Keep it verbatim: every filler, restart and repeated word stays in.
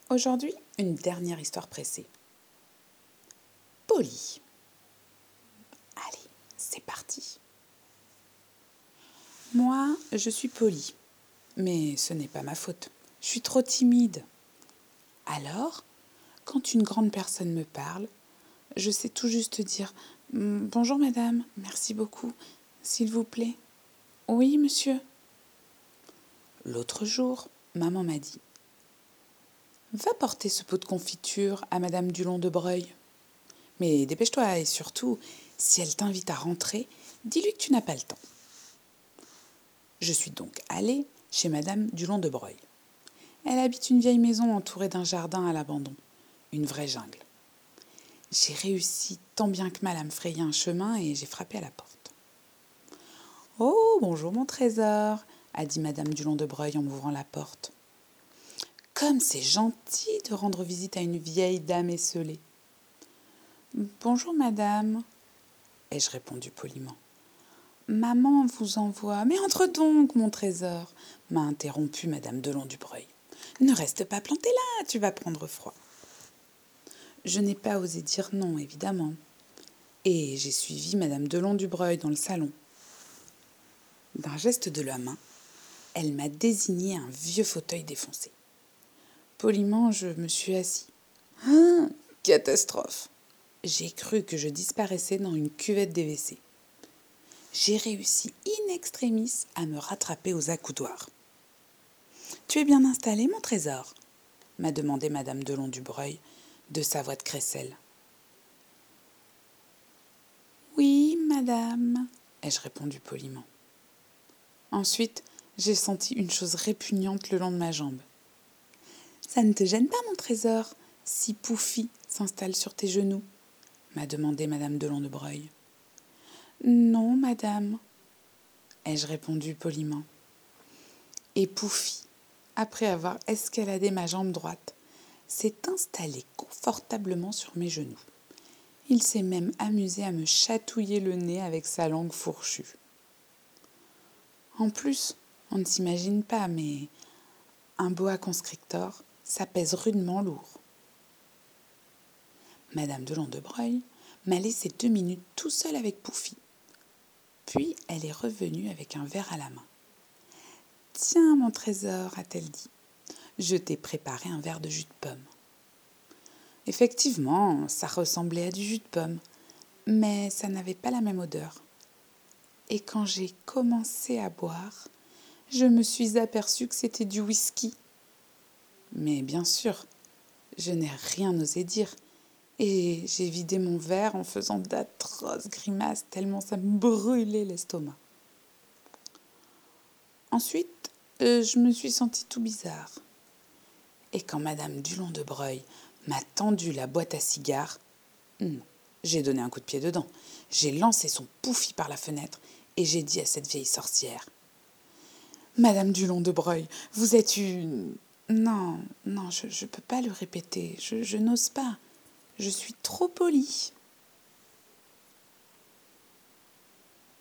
Aujourd'hui, une dernière histoire pressée. Polly. Allez, c'est parti. Moi, je suis Polly, mais ce n'est pas ma faute. Je suis trop timide. Alors, quand une grande personne me parle, je sais tout juste dire « Bonjour madame, merci beaucoup, s'il vous plaît. »« Oui, monsieur. » L'autre jour, maman m'a dit « Va porter ce pot de confiture à madame Dulon de Breuil. Mais dépêche-toi et surtout, si elle t'invite à rentrer, dis-lui que tu n'as pas le temps. » Je suis donc allée chez madame Dulon de Breuil. Elle habite une vieille maison entourée d'un jardin à l'abandon, une vraie jungle. J'ai réussi tant bien que mal à me frayer un chemin et j'ai frappé à la porte. « Oh, bonjour mon trésor !» a dit madame Dulon de Breuil en m'ouvrant la porte. « Comme c'est gentil de rendre visite à une vieille dame esseulée. »« Bonjour madame, » ai-je répondu poliment. « Maman vous envoie. »« Mais entre donc, mon trésor, » m'a interrompu madame Dulon de Breuil. « Ne reste pas planté là, tu vas prendre froid. » Je n'ai pas osé dire non, évidemment, et j'ai suivi madame Dulon de Breuil dans le salon. D'un geste de la main, elle m'a désigné un vieux fauteuil défoncé. Poliment, je me suis assis. Ah, catastrophe! J'ai cru que je disparaissais dans une cuvette des W C. J'ai réussi in extremis à me rattraper aux accoudoirs. « Tu es bien installé, mon trésor ?» m'a demandé madame Dulon de Breuil de sa voix de crécelle. « Oui, madame, » ai-je répondu poliment. Ensuite, j'ai senti une chose répugnante le long de ma jambe. « Ça ne te gêne pas, mon trésor, si Poufi s'installe sur tes genoux ?» m'a demandé madame Dulon de Breuil. « Non, madame, » ai-je répondu poliment. Et Poufi, après avoir escaladé ma jambe droite, s'est installé confortablement sur mes genoux. Il s'est même amusé à me chatouiller le nez avec sa langue fourchue. En plus, on ne s'imagine pas, mais un boa constrictor, ça pèse rudement lourd. Madame Dulon de Breuil m'a laissé deux minutes tout seul avec Poufi. Puis elle est revenue avec un verre à la main. « Tiens, mon trésor, a-t-elle dit, je t'ai préparé un verre de jus de pomme. » Effectivement, ça ressemblait à du jus de pomme, mais ça n'avait pas la même odeur. Et quand j'ai commencé à boire, je me suis aperçue que c'était du whisky. Mais bien sûr, je n'ai rien osé dire, et j'ai vidé mon verre en faisant d'atroces grimaces tellement ça me brûlait l'estomac. Ensuite, euh, je me suis sentie tout bizarre. Et quand madame Dulon de Breuil m'a tendu la boîte à cigares, non, j'ai donné un coup de pied dedans. J'ai lancé son Poufi par la fenêtre et j'ai dit à cette vieille sorcière « Madame Dulon de Breuil, vous êtes une... » Non, non, je ne peux pas le répéter, je, je n'ose pas. Je suis trop polie.